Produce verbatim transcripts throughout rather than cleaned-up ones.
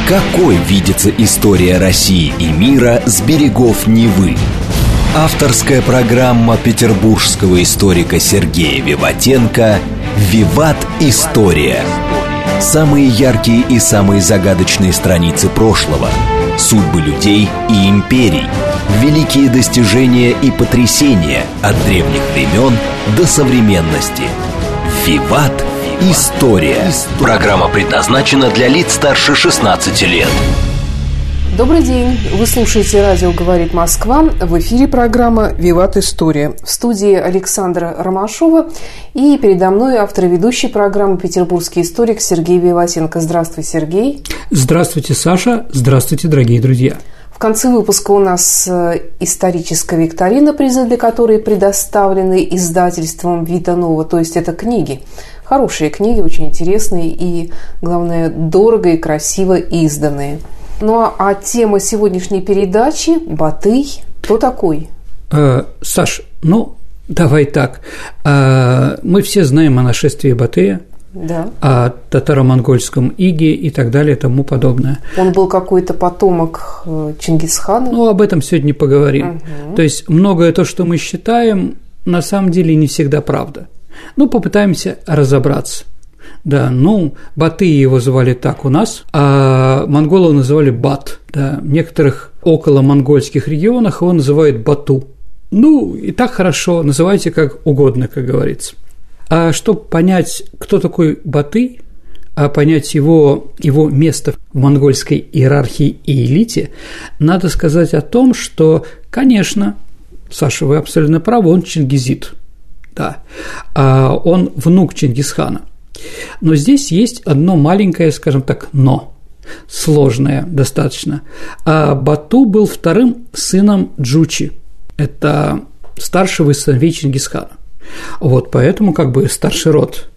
Какой видится история России и мира с берегов Невы? Авторская программа петербургского историка Сергея Виватенко «Виват. История». Самые яркие и самые загадочные страницы прошлого, судьбы людей и империй, великие достижения и потрясения от древних времен до современности. «Виват. История». Программа предназначена для лиц старше шестнадцати лет. Добрый день. Вы слушаете «Радио говорит Москва». В эфире программа «Виват. История». В студии Александра Ромашова. И передо мной автор и ведущий программы петербургский историк Сергей Виватенко. Здравствуй, Сергей. Здравствуйте, Саша. Здравствуйте, дорогие друзья. В конце выпуска у нас историческая викторина, призы для которой предоставлены издательством «Вита Нова», то есть это книги. Хорошие книги, очень интересные и, главное, дорого и красиво изданные. Ну а тема сегодняшней передачи – Батый. Кто такой? Э, Саш, ну давай так. Э, мы все знаем о нашествии Батыя, да. О татаро-монгольском иге и так далее и тому подобное. Он был какой-то потомок Чингисхана? Ну, об этом сегодня поговорим. Угу. То есть многое то, что мы считаем, на самом деле не всегда правда. Ну, попытаемся разобраться. Да, ну, Батыя его звали так у нас, а монголов называли Бат. Да, в некоторых около-монгольских регионах его называют Бату. Ну, и так хорошо, называйте как угодно, как говорится. А чтобы понять, кто такой Батый, а понять его, его место в монгольской иерархии и элите, надо сказать о том, что, конечно, Саша, вы абсолютно правы, он чингизид. Да, а он внук Чингисхана. Но здесь есть одно маленькое, скажем так, «но», сложное достаточно. А Бату был вторым сыном Джучи, это старшего из сыновей Чингисхана. Вот, поэтому как бы старший род.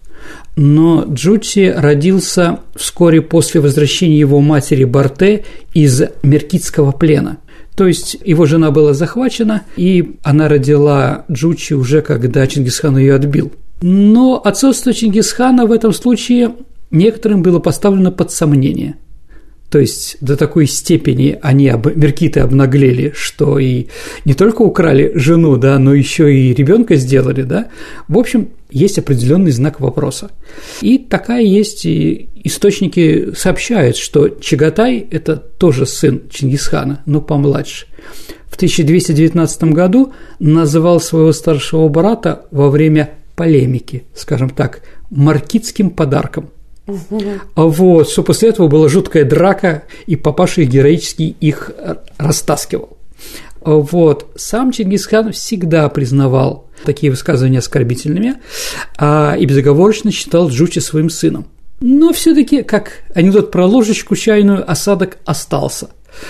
Но Джучи родился вскоре после возвращения его матери Барте из меркитского плена. То есть его жена была захвачена, и она родила Джучи уже когда Чингисхан ее отбил. Но отцовство Чингисхана в этом случае некоторым было поставлено под сомнение. То есть до такой степени они, меркиты, обнаглели, что и не только украли жену, да, но еще и ребенка сделали, да. В общем, есть определенный знак вопроса. И такая есть, и источники сообщают, что Чагатай – это тоже сын Чингисхана, но помладше. В тысяча двести девятнадцатом году называл своего старшего брата во время полемики, скажем так, маркитским подарком. А вот, что после этого была жуткая драка, и папаша героически их растаскивал. Вот, сам Чингисхан всегда признавал такие высказывания оскорбительными а, и безоговорочно считал Джучи своим сыном. Но все-таки, как анекдот про ложечку чайную, осадок остался.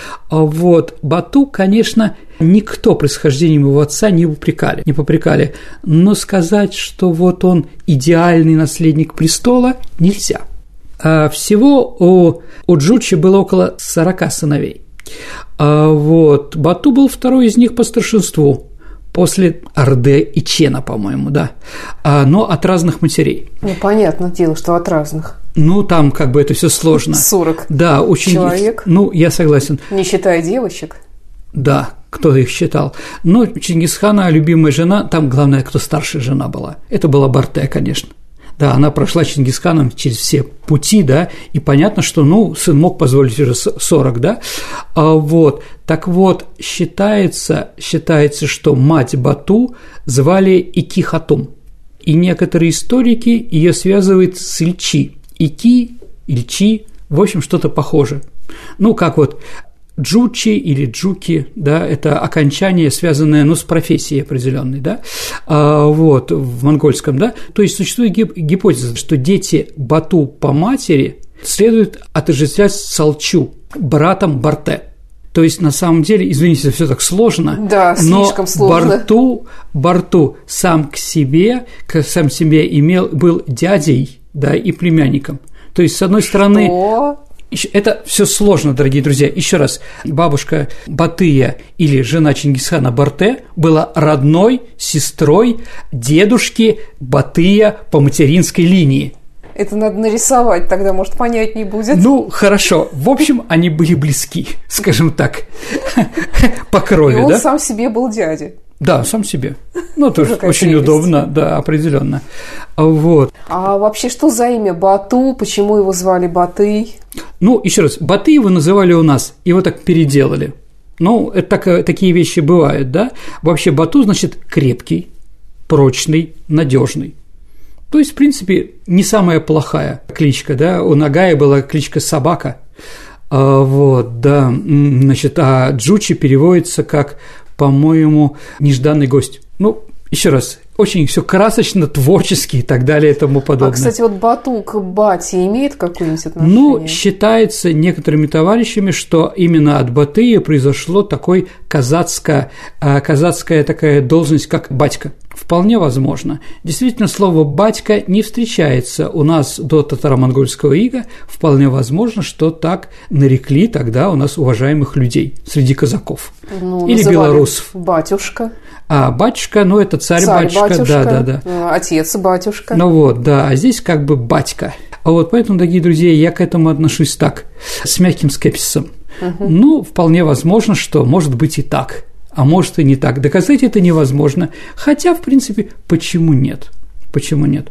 Вот, Бату, конечно, никто происхождением его отца не упрекали, не попрекали, но сказать, что вот он идеальный наследник престола, нельзя. А всего у, у Джучи было около сорока сыновей. А вот, Бату был второй из них по старшинству, после Орде и Чена, по-моему, да, а, но от разных матерей. Ну, понятное дело, что от разных. Ну, там как бы это все сложно. сорок да, очень, человек. Ну, я согласен. Не считая девочек. Да, кто их считал. Но Чингисхана любимая жена, там главное, кто старшая жена была. Это была Барте, конечно. Да, она прошла Чингисханом через все пути, да, и понятно, что, ну, сын мог позволить уже сорок, да, а вот, так вот, считается, считается, что мать Бату звали Ики Хатум, и некоторые историки ее связывают с Ильчи, Ики, Ильчи, в общем, что-то похоже, ну, как вот Джучи или Джуки, да, это окончание, связанное, ну, с профессией определенной, да, а, вот, в монгольском, да, то есть существует гипотеза, что дети Бату по матери следует отождествлять с Салчу, братом Барте. То есть, на самом деле, извините, все так сложно, да, слишком но сложно. Барту, Барту сам к себе, к сам себе имел, был дядей, да, и племянником. То есть, с одной стороны… Что? Это все сложно, дорогие друзья. Еще раз, бабушка Батыя или жена Чингисхана Барте была родной сестрой дедушки Батыя по материнской линии. Это надо нарисовать, тогда, может, понять не будет. Ну, хорошо. В общем, они были близки, скажем так, по крови, да? И он сам себе был дядя. Да, сам себе. Ну, тоже очень прелесть. Удобно, да, определенно. Вот. А вообще, что за имя Бату? Почему его звали Батый? Ну, еще раз, Батый его называли у нас, его так переделали. Ну, это так, такие вещи бывают, да? Вообще, Бату значит крепкий, прочный, надежный. То есть, в принципе, не самая плохая кличка, да? У Нагая была кличка Собака. А, вот, да. Значит, а Джучи переводится как, по-моему, нежданный гость. Ну, еще раз, очень все красочно, творчески и так далее и тому подобное. А, кстати, вот Бату к Бате имеет какое-нибудь отношение? Ну, считается некоторыми товарищами, что именно от Батыя произошло такой казацкая, казацкая такая должность, как батька. Вполне возможно. Действительно, слово «батька» не встречается у нас до татаро-монгольского ига. Вполне возможно, что так нарекли тогда у нас уважаемых людей среди казаков. Ну, или белорусов. Батюшка. А батюшка, ну, это царь-батюшка, царь, да, да, да. Отец-батюшка. Ну вот, да, а здесь как бы батька. А вот поэтому, дорогие друзья, я к этому отношусь так, с мягким скепсисом. Угу. Ну, вполне возможно, что может быть и так. А может и не так. Доказать это невозможно. Хотя, в принципе, почему нет? Почему нет?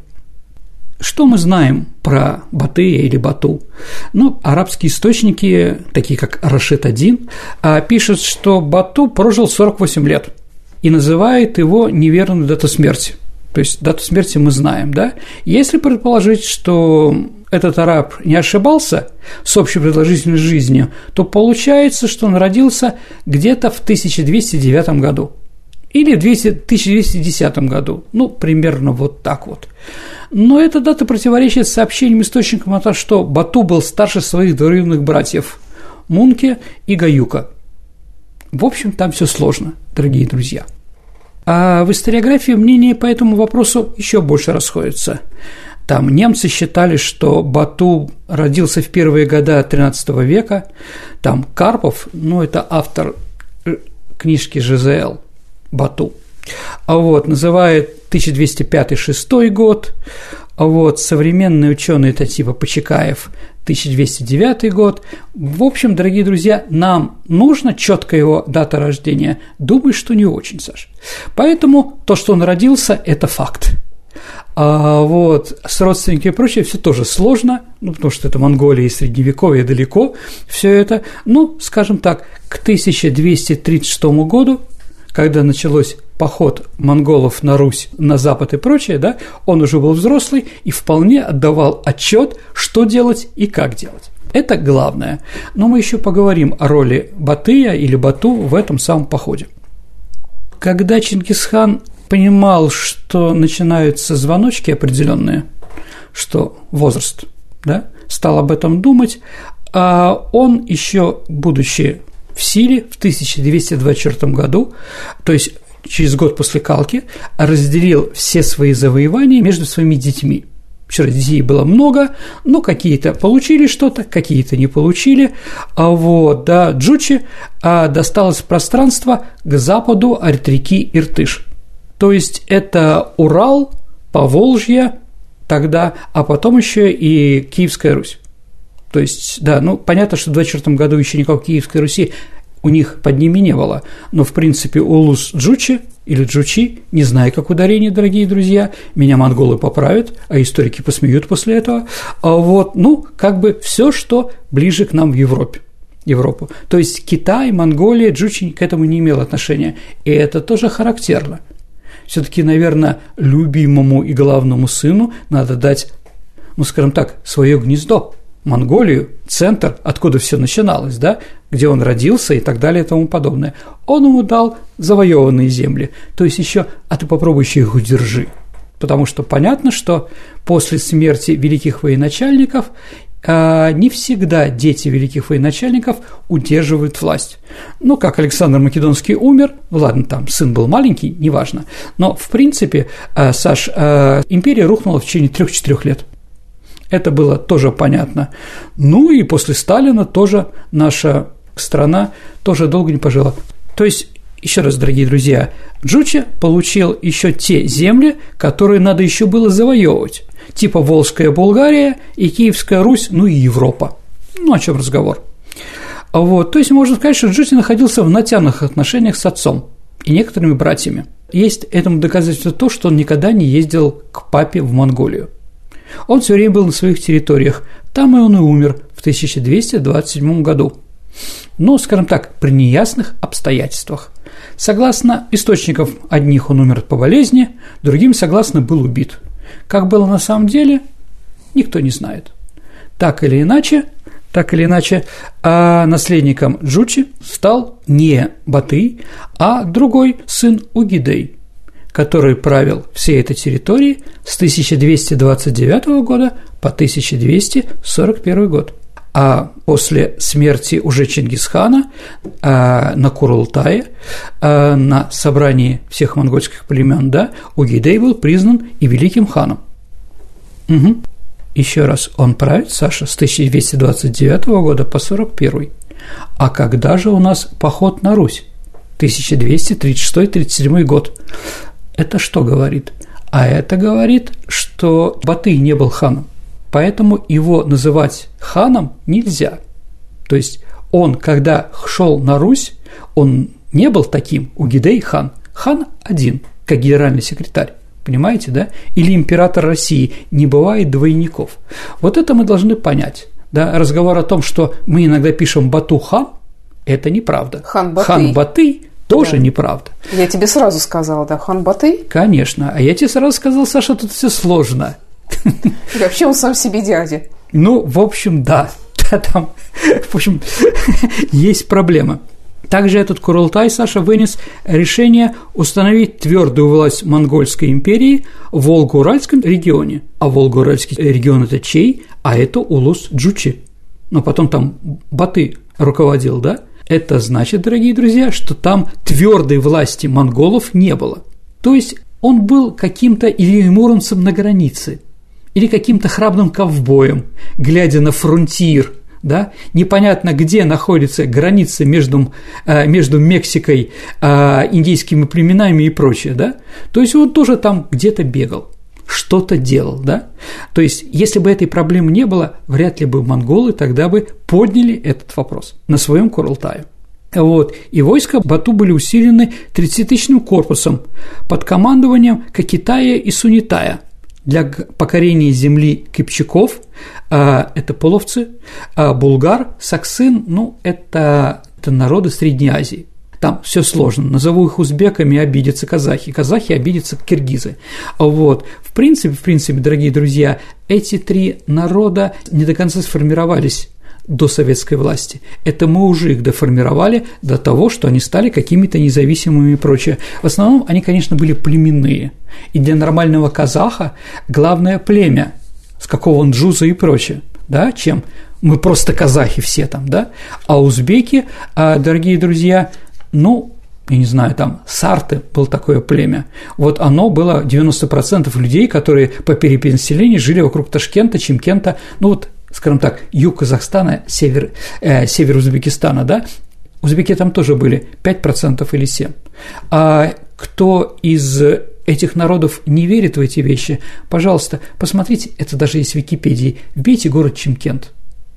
Что мы знаем про Батыя или Бату? Ну, арабские источники, такие как Рашид один, пишут, что Бату прожил сорок восемь лет и называет его неверную дату смерти. То есть дату смерти мы знаем, да? Если предположить, что этот араб не ошибался с общей продолжительностью жизни, то получается, что он родился где-то в тысяча двести девятом году или в тысяча двести десятом году, ну, примерно вот так вот. Но эта дата противоречит сообщениям источникам о том, что Бату был старше своих двоюродных братьев Мунке и Гаюка. В общем, там все сложно, дорогие друзья. А в историографии мнения по этому вопросу еще больше расходятся. Там немцы считали, что Бату родился в первые годы тринадцатого века. Там Карпов, ну, это автор книжки ЖЗЛ Бату, а вот называет тысяча двести пятый — шестой год. А вот современные ученые, это типа Почекаев, тысяча двести девятый год. В общем, дорогие друзья, нам нужно четко его дата рождения. Думаю, что не очень, Саш. Поэтому то, что он родился, это факт. А вот с родственниками и прочее все тоже сложно, ну, потому что это Монголия и Средневековье далеко, все это. Ну, скажем так, к тысяча двести тридцать шестому году, когда началось поход монголов на Русь, на Запад и прочее, да, он уже был взрослый и вполне отдавал отчет, что делать и как делать. Это главное. Но мы еще поговорим о роли Батыя или Бату в этом самом походе. Когда Чингисхан понимал, что начинаются звоночки определенные, что возраст, да, стал об этом думать, а он еще, будучи в силе, в тысяча двести двадцать четвёртом году, то есть через год после Калки, разделил все свои завоевания между своими детьми. Вчера детей было много, но какие-то получили что-то, какие-то не получили. А вот, да, Джучи а, досталось пространство к западу от реки Иртыш. То есть это Урал, Поволжье тогда, а потом еще и Киевская Русь. То есть, да, ну, понятно, что в двадцать четвёртом году еще никакой Киевской Руси у них под ними не было, но, в принципе, Улус Джучи или Джучи, не знаю, как ударение, дорогие друзья, меня монголы поправят, а историки посмеют после этого, а вот, ну, как бы все, что ближе к нам в Европе. Европу. То есть Китай, Монголия, Джучи к этому не имел отношения, и это тоже характерно. Все-таки, наверное, любимому и главному сыну надо дать, ну, скажем так, свое гнездо, Монголию, центр, откуда все начиналось, да, где он родился и так далее и тому подобное. Он ему дал завоеванные земли, то есть еще, а ты попробуй еще их удержи, потому что понятно, что после смерти великих военачальников а, не всегда дети великих военачальников удерживают власть. Ну, как Александр Македонский умер, ну ладно, там сын был маленький, неважно, но в принципе, а, Саш, а, империя рухнула в течение трех-четырех лет. Это было тоже понятно. Ну и после Сталина тоже наша страна тоже долго не пожила. То есть, еще раз, дорогие друзья, Джучи получил еще те земли, которые надо еще было завоевывать. Типа Волжская Болгария и Киевская Русь, ну и Европа. Ну, о чем разговор. Вот. То есть можно сказать, что Джути находился в натянутых отношениях с отцом и некоторыми братьями. Есть этому доказательство то, что он никогда не ездил к папе в Монголию. Он все время был на своих территориях, там и он и умер в тысяча двести двадцать седьмом году. Но, скажем так, при неясных обстоятельствах. Согласно источникам, одних он умер по болезни, другим, согласно, был убит. Как было на самом деле, никто не знает. Так или иначе, так или иначе, а наследником Джучи стал не Батый, а другой сын Угидей, который правил всей этой территорией с тысяча двести двадцать девятого года по тысяча двести сорок первый год. А после смерти уже Чингисхана а, на Курултае, а, на собрании всех монгольских племен, да, Угидей был признан и великим ханом. Угу. Еще раз, он правит, Саша, с тысяча двести двадцать девятого года по сорок первый. А когда же у нас поход на Русь? тысяча двести тридцать шестой — тридцать седьмой год. Это что говорит? А это говорит, что Батый не был ханом, поэтому его называть ханом нельзя. То есть он, когда шел на Русь, он не был таким Угидей хан. Хан один, как генеральный секретарь. Понимаете, да? Или император России, не бывает двойников. Вот это мы должны понять. Да? Разговор о том, что мы иногда пишем Бату-хан, это неправда. Хан Батый. Хан Батый тоже да. неправда. Я тебе сразу сказала, да, хан Батый? Конечно. А я тебе сразу сказал, Саша, тут все сложно. И вообще он сам себе дядя. Ну, в общем, да. Там, в общем, есть проблема. Также этот Курултай, Саша, вынес решение установить твердую власть Монгольской империи в Волго-Уральском регионе. А Волго-Уральский регион – это чей? А это улус Джучи. Но потом там Батый руководил, да? Это значит, дорогие друзья, что там твердой власти монголов не было. То есть он был каким-то Ильей Муромцем на границе или каким-то храбрым ковбоем, глядя на фронтир, да, непонятно, где находится граница между, между Мексикой, индейскими племенами и прочее, да, то есть он тоже там где-то бегал, что-то делал, да, то есть если бы этой проблемы не было, вряд ли бы монголы тогда бы подняли этот вопрос на своем Курултае. Вот. И войска Бату были усилены тридцатитысячным корпусом под командованием Кокитая и Сунитая для покорения земли кипчаков, а, это половцы, а булгар, саксын, ну, это, это народы Средней Азии. Там все сложно. Назову их узбеками, обидятся казахи. Казахи обидятся киргизы. Вот. В принципе, в принципе, дорогие друзья, эти три народа не до конца сформировались до советской власти. Это мы уже их доформировали до того, что они стали какими-то независимыми и прочее. В основном они, конечно, были племенные. И для нормального казаха главное племя, с какого он джуза и прочее, да, чем мы просто казахи все там, да, а узбеки, дорогие друзья, ну, я не знаю, там сарты был такое племя, вот оно было девяносто процентов людей, которые по перенаселению жили вокруг Ташкента, Чимкента, ну вот, скажем так, юг Казахстана, север, э, север Узбекистана, да, узбеки там тоже были пять процентов или семь процентов. А кто из этих народов не верит в эти вещи, пожалуйста, посмотрите, это даже есть в Википедии, вбейте город Чимкент,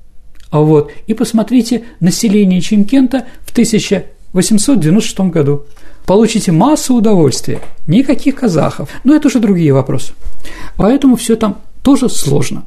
а вот, и посмотрите население Чимкента в тысяча восемьсот девяносто шестом году. Получите массу удовольствия, никаких казахов, но это уже другие вопросы. Поэтому все там тоже сложно.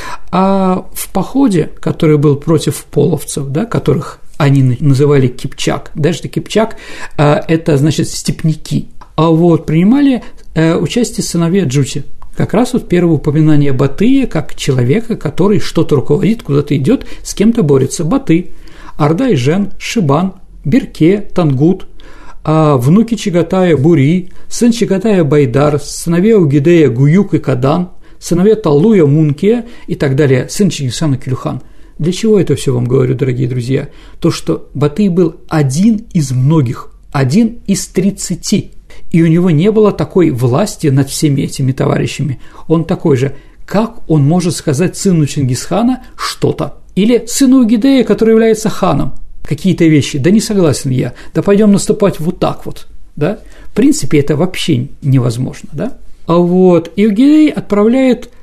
А в походе, который был против половцев, да, которых они называли Кипчак, даже Кипчак – это, значит, степняки, а вот принимали участие сыновья Джути. Как раз вот первое упоминание Батыя как человека, который что-то руководит, куда-то идет, с кем-то борется. Батый, Ардай-Жен, Шибан, Берке, Тангут, а внуки Чагатая Бури, сын Чагатая Байдар, сыновья Угидея Гуюк и Кадан, сыновья Талуя Мунке и так далее, сын Чингисхана Килюхан. Для чего это все вам говорю, дорогие друзья? То, что Батый был один из многих, один из тридцати, и у него не было такой власти над всеми этими товарищами. Он такой же. Как он может сказать сыну Чингисхана что-то? Или сыну Угидея, который является ханом, какие-то вещи? Да не согласен я. Да пойдем наступать вот так вот. Да? В принципе, это вообще невозможно. Да? А вот Угидей отправляет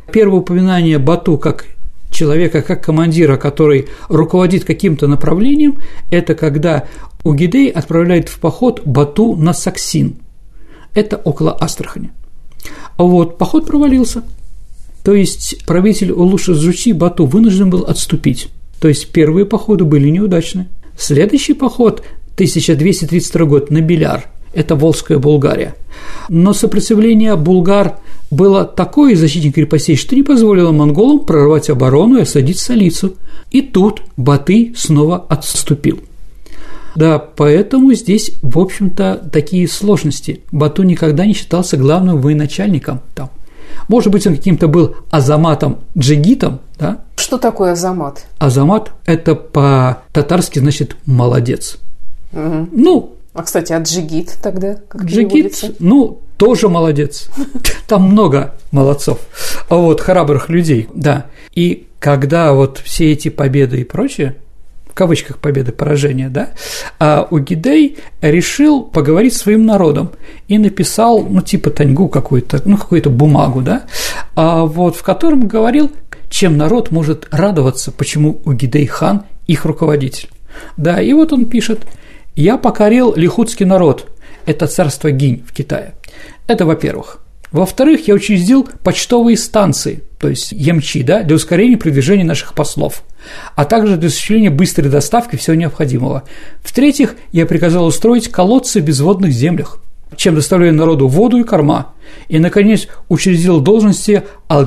Первое упоминание Бату как человека, как командира, который руководит каким-то направлением, это когда Угидей отправляет в поход Бату на Саксин. Это около Астрахани. А вот поход провалился. То есть правитель Улуша-Джучи Бату вынужден был отступить. То есть первые походы были неудачны. Следующий поход, тысяча двести тридцать второй год, на Беляр, это Волжская Булгария. Но сопротивление булгар было такое, защитник крепостей, что не позволило монголам прорвать оборону и осадить столицу. И тут Батый снова отступил. Да, поэтому здесь, в общем-то, такие сложности. Бату никогда не считался главным военачальником там. Может быть, он каким-то был азаматом-джигитом, да? Что такое азамат? Азамат – это по-татарски значит «молодец». Угу. Ну, а, кстати, а джигит тогда как джигит, переводится? ну, тоже молодец. Там много молодцов, а вот храбрых людей, да. И когда вот все эти победы и прочее, в кавычках победы, поражения, да, а Угидей решил поговорить с своим народом и написал, ну, типа таньгу какую-то, ну, какую-то бумагу, да, а вот в котором говорил, чем народ может радоваться, почему Угидей хан их руководитель. Да, и вот он пишет: «Я покорил лихутский народ, это царство Гинь в Китае». Это во-первых. Во-вторых, я учредил почтовые станции, то есть ямчи, да, для ускорения продвижения наших послов, а также для осуществления быстрой доставки всего необходимого. В-третьих, я приказал устроить колодцы в безводных землях, чем доставляю народу воду и корма. И, наконец, учредил должности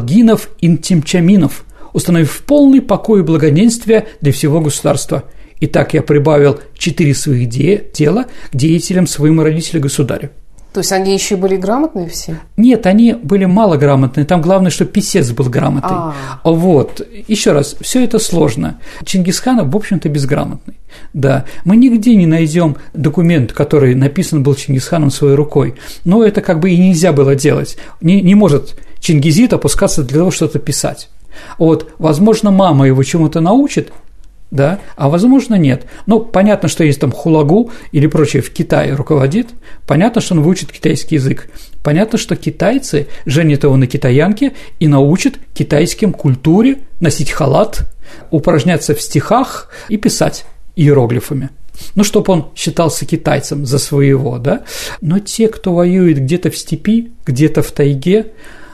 алгинов-интимчаминов, установив полный покой и благоденствие для всего государства. И так я прибавил четыре своих де- дела к деятелям своему родителю-государю. То есть они еще были грамотные все? Нет, они были малограмотные. Там главное, что писец был грамотный. А. Вот. Еще раз, все это сложно. Чингисхан, в общем-то, безграмотный. Да. Мы нигде не найдем документ, который написан был Чингисханом своей рукой. Но это как бы и нельзя было делать. Не, не может чингизит опускаться для того, чтобы что-то писать. Вот. Возможно, мама его чему-то научит, да, а возможно нет. Ну, понятно, что есть там Хулагу или прочее в Китае руководит, понятно, что он выучит китайский язык, понятно, что китайцы женят его на китаянке и научат китайским культуре носить халат, упражняться в стихах и писать иероглифами. Ну, чтобы он считался китайцем за своего, да. Но те, кто воюет где-то в степи, где-то в тайге,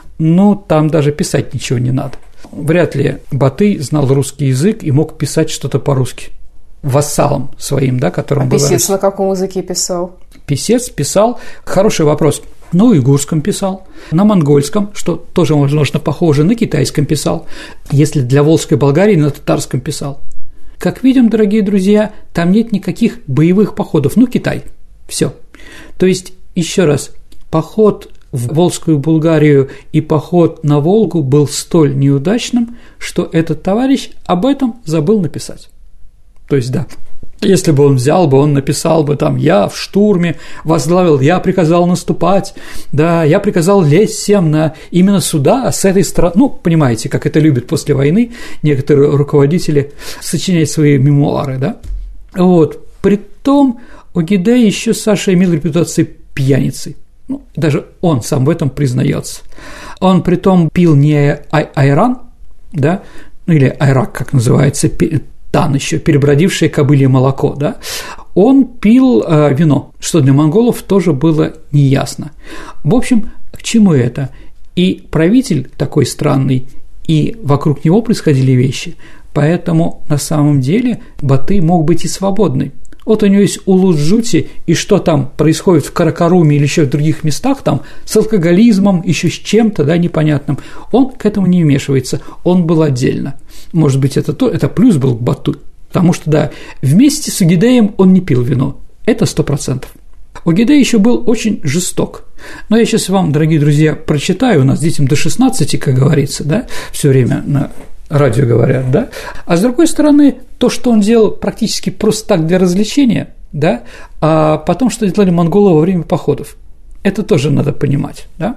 ну, там даже писать ничего не надо. Вряд ли Батый знал русский язык и мог писать что-то по-русски вассалам своим, да, которым а был. Писец на каком языке писал? Писец писал, хороший вопрос, на уйгурском писал, на монгольском, что тоже, возможно, похоже, на китайском писал, если для Волжской Болгарии, на татарском писал. Как видим, дорогие друзья, там нет никаких боевых походов, ну, Китай, все. То есть, еще раз, поход в Волжскую Булгарию и поход на Волгу был столь неудачным, что этот товарищ об этом забыл написать. То есть, да, если бы он взял бы, он написал бы там: «Я в штурме возглавил, я приказал наступать, да, я приказал лезть всем на именно сюда, с этой стороны». Ну, понимаете, как это любят после войны некоторые руководители сочинять свои мемуары, да. Вот, притом Угидей еще Саша имел репутацию пьяницы. Ну, даже он сам в этом признается. Он притом пил не ай- айран, да, ну или айрак, как называется, тан еще, перебродившее кобылье молоко, да, он пил э, вино, что для монголов тоже было неясно. В общем, к чему это? И правитель такой странный, и вокруг него происходили вещи, поэтому на самом деле Батый мог быть и свободный. Вот у него есть Улус-Джучи, и что там происходит в Каракаруме или еще в других местах, там с алкоголизмом, еще с чем-то, да, непонятным, он к этому не вмешивается, он был отдельно. Может быть, это, то, это плюс был к Бату, потому что, да, вместе с Угидеем он не пил вино, это сто процентов. Угидей еще был очень жесток. Но я сейчас вам, дорогие друзья, прочитаю, у нас детям до шестнадцати, как говорится, да, все время на радио говорят, да, а с другой стороны, то, что он делал практически просто так для развлечения, да, а потом, что делали монголы во время походов, это тоже надо понимать, да.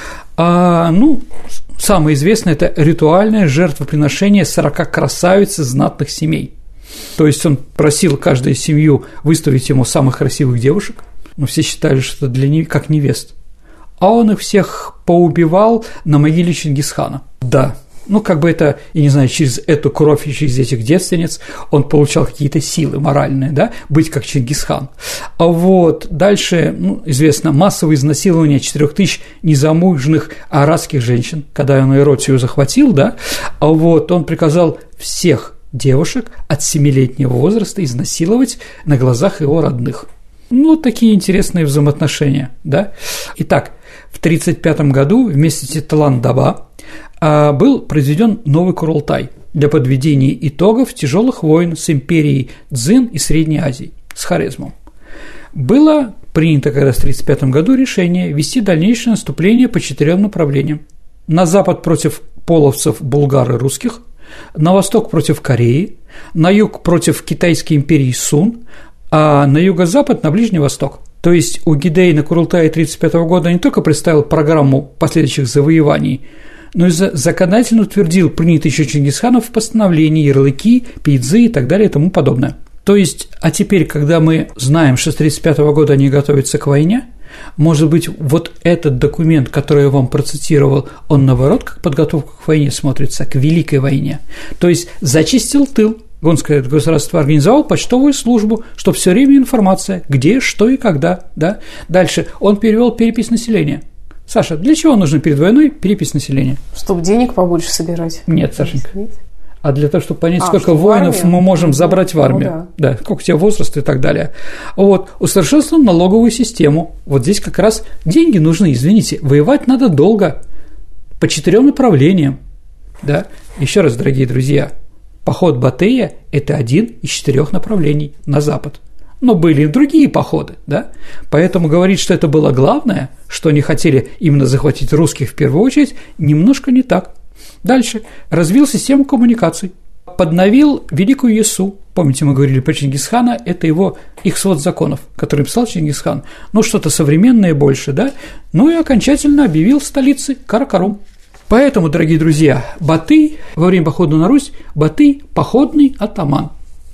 А, ну, самое известное – это ритуальное жертвоприношение сорока красавиц из знатных семей. То есть он просил каждую семью выставить ему самых красивых девушек, но все считали, что это для них как невест. А он их всех поубивал на могиле Чингисхана. Да. Ну, как бы это, я не знаю, через эту кровь и через этих девственниц он получал какие-то силы моральные, да, быть как Чингисхан. А вот дальше, ну, известно, массовое изнасилование четырёх тысяч незамужних арабских женщин, когда он Иеротию захватил, да, а вот он приказал всех девушек от семилетнего возраста изнасиловать на глазах его родных. Ну, такие интересные взаимоотношения, да. Итак, в тридцать пятом году вместе с Теталан-Даба был произведен новый Курултай для подведения итогов тяжелых войн с империей Цзин и Средней Азией, с Хорезмом. Было принято как раз в тридцать пятом году решение вести дальнейшее наступление по четырем направлениям. На запад против половцев, булгар и русских, на восток против Кореи, на юг против Китайской империи Сун, а на юго-запад на Ближний Восток. То есть Угидей на Курултае тридцать пятого года не только представил программу последующих завоеваний, но и законодательно утвердил принятые еще Чингисханом в постановлении ярлыки, пейдзы и так далее и тому подобное. То есть, а теперь, когда мы знаем, что с тридцать пятого года они готовятся к войне, может быть, вот этот документ, который я вам процитировал, он, наоборот, как подготовка к войне смотрится, к Великой войне. То есть, зачистил тыл, гонское государство организовал почтовую службу, чтобы все время информация, где, что и когда, да. Дальше он перевел перепись населения. Саша, для чего нужно перед войной перепись населения? Чтобы денег побольше собирать. Нет, Сашенька. А для того, чтобы понять, а, сколько воинов мы можем забрать в армию, ну, да. да, сколько у тебя возраст и так далее. Вот, усовершенствовал налоговую систему. Вот здесь как раз деньги нужны, извините, воевать надо долго, по четырем направлениям. Да? Еще раз, дорогие друзья, поход Батыя – это один из четырех направлений на запад. Но были и другие походы, да? Поэтому говорить, что это было главное, что они хотели именно захватить русских в первую очередь, немножко не так. Дальше. Развил систему коммуникаций. Подновил Великую Яссу. Помните, мы говорили про Чингисхана, это его, их свод законов, который писал Чингисхан. Ну, что-то современное больше, да? Ну и окончательно объявил столицей Каракарум. Поэтому, дорогие друзья, Батый во время похода на Русь, Батый – походный атаман.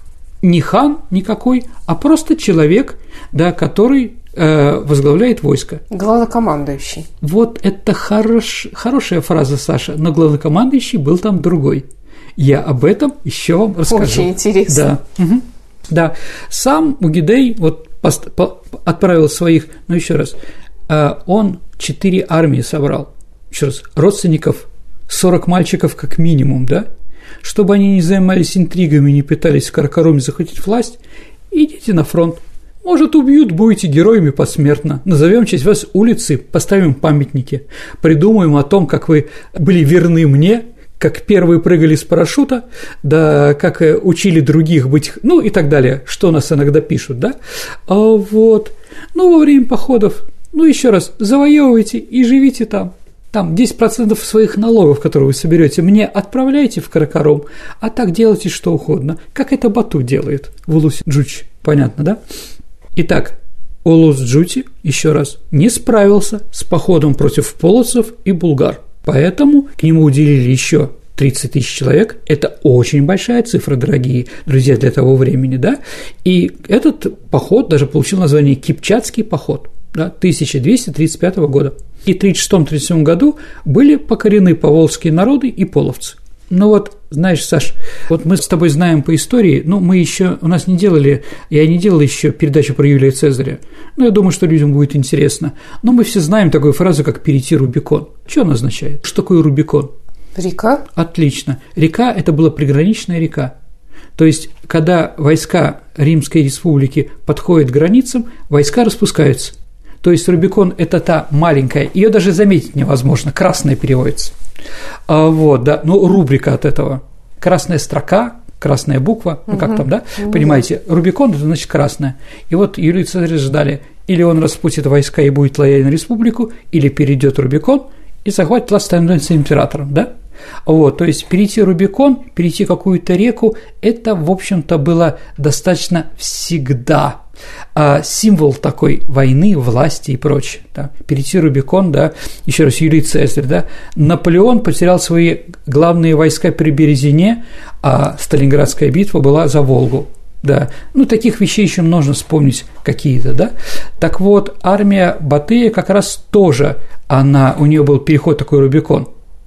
Не хан никакой, а просто человек, да, который э, возглавляет войско. Главнокомандующий. Вот это хорош, хорошая фраза, Саша, но главнокомандующий был там другой. Я об этом еще вам расскажу. Очень интересно. Да, угу. Да. Сам Угидей вот пост, по, отправил своих, ну еще раз, э, он четыре армии собрал, еще раз, родственников, сорок мальчиков как минимум, да? Чтобы они не занимались интригами, не пытались в Каракаруме захватить власть, идите на фронт. Может, убьют, будете героями посмертно. Назовем в честь вас улицы, поставим памятники, придумаем о том, как вы были верны мне, как первые прыгали с парашюта, да как учили других быть, ну и так далее, что нас иногда пишут, да? А вот. Ну, во время походов, ну, еще раз, завоевывайте и живите там. Там десять процентов своих налогов, которые вы соберете, мне отправляйте в Каракарум, а так делайте что угодно, как это Бату делает в Улус-Джучи. Понятно, да? Итак, Улус-Джучи, еще раз, не справился с походом против половцев и булгар, поэтому к нему уделили еще тридцать тысяч человек. Это очень большая цифра, дорогие друзья, для того времени, да? И этот поход даже получил название Кипчакский поход, да, тысяча двести тридцать пятого года. И в тридцать шестом — тридцать седьмом году были покорены поволжские народы и половцы. Ну вот, знаешь, Саш, вот мы с тобой знаем по истории, ну, мы еще, у нас не делали, я не делал еще передачу про Юлия Цезаря, но я думаю, что людям будет интересно. Но мы все знаем такую фразу, как «перейти Рубикон». Что она означает? Что такое Рубикон? Река. Отлично. Река – это была приграничная река. То есть, когда войска Римской республики подходят к границам, войска распускаются. То есть Рубикон – это та маленькая, ее даже заметить невозможно, красная переводится. А, вот, да, ну, рубрика от этого. Красная строка, красная буква, ну, как там, да, угу. Понимаете, Рубикон – это значит красная. И вот Юлий Цезарь ждали, или он распустит войска и будет лоялен республику, или перейдет Рубикон и захватит власть, становится императором, да? Вот, то есть перейти Рубикон, перейти какую-то реку – это, в общем-то, было достаточно всегда а, символ такой войны, власти и прочее. Да. Перейти Рубикон, да, еще раз Юлий Цезарь, да. Наполеон потерял свои главные войска при Березине, а Сталинградская битва была за Волгу. Да, ну таких вещей еще можно вспомнить какие-то, да. Так вот, армия Батыя как раз тоже, она, у нее был переход такой Рубикон.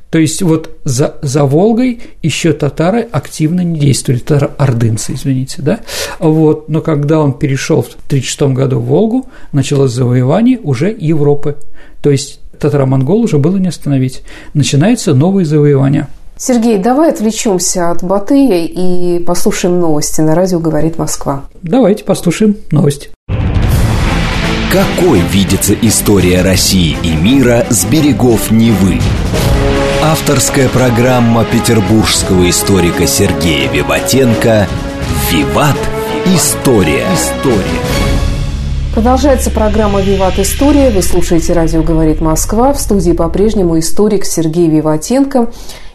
То есть вот за, за Волгой еще татары активно не действовали, татаро-ордынцы, извините, да, вот, но когда он перешел в тридцать шестом году в Волгу, началось завоевание уже Европы, то есть татаро-монгол уже было не остановить, начинается новое завоевание. Сергей, давай отвлечемся от Батыя и послушаем новости. На радио «Говорит Москва». Давайте послушаем новости. Какой видится история России и мира с берегов Невы? Авторская программа петербургского историка Сергея Виватенко «Виват. История». История. Продолжается программа «Виват. История». Вы слушаете радио «Говорит Москва». В студии по-прежнему историк Сергей Виватенко.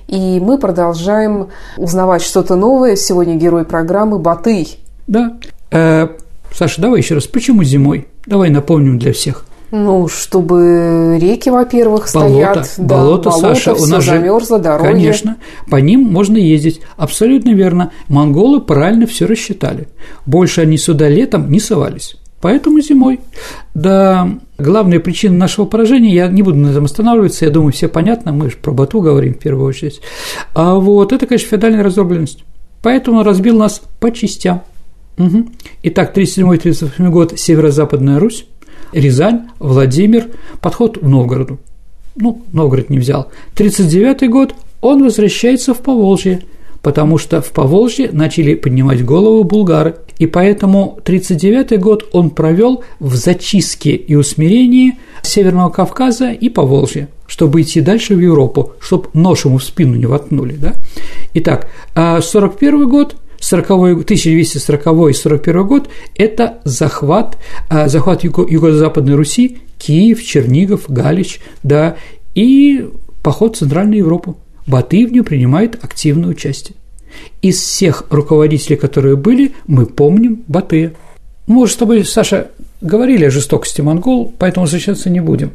И мы продолжаем узнавать что-то новое. Сегодня герой программы Батый. Да. Э, Саша, давай еще раз. Почему зимой? Давай напомним для всех. Ну, чтобы реки, во-первых, болото, стоят. Болото, да, болото, Саша, все у нас замерзло, же, дороги. Конечно, по ним можно ездить. Абсолютно верно. Монголы правильно все рассчитали. Больше они сюда летом не совались. Поэтому зимой. Да, главная причина нашего поражения, я не буду на этом останавливаться, я думаю, все понятно, мы же про Бату говорим в первую очередь. А вот это, конечно, феодальная раздробленность. Поэтому он разбил нас по частям. Угу. Итак, тридцать седьмой — тридцать восьмой год, Северо-Западная Русь, Рязань, Владимир, подход в Новгороду. Ну, Новгород не взял. тридцать девятый год он возвращается в Поволжье, потому что в Поволжье начали поднимать голову булгары, и поэтому тридцать девятый год он провел в зачистке и усмирении Северного Кавказа и Поволжья, чтобы идти дальше в Европу, чтобы нож ему в спину не воткнули. Да? Итак, сорок первый год, тысяча двести сороковой и сорок первый год – это захват, захват Юго- Юго-Западной Руси, Киев, Чернигов, Галич, да, и поход в Центральную Европу. Батый в нем принимает активное участие. Из всех руководителей, которые были, мы помним Батыя. Мы уже с тобой, Саша, говорили о жестокости монгол, поэтому возвращаться не будем.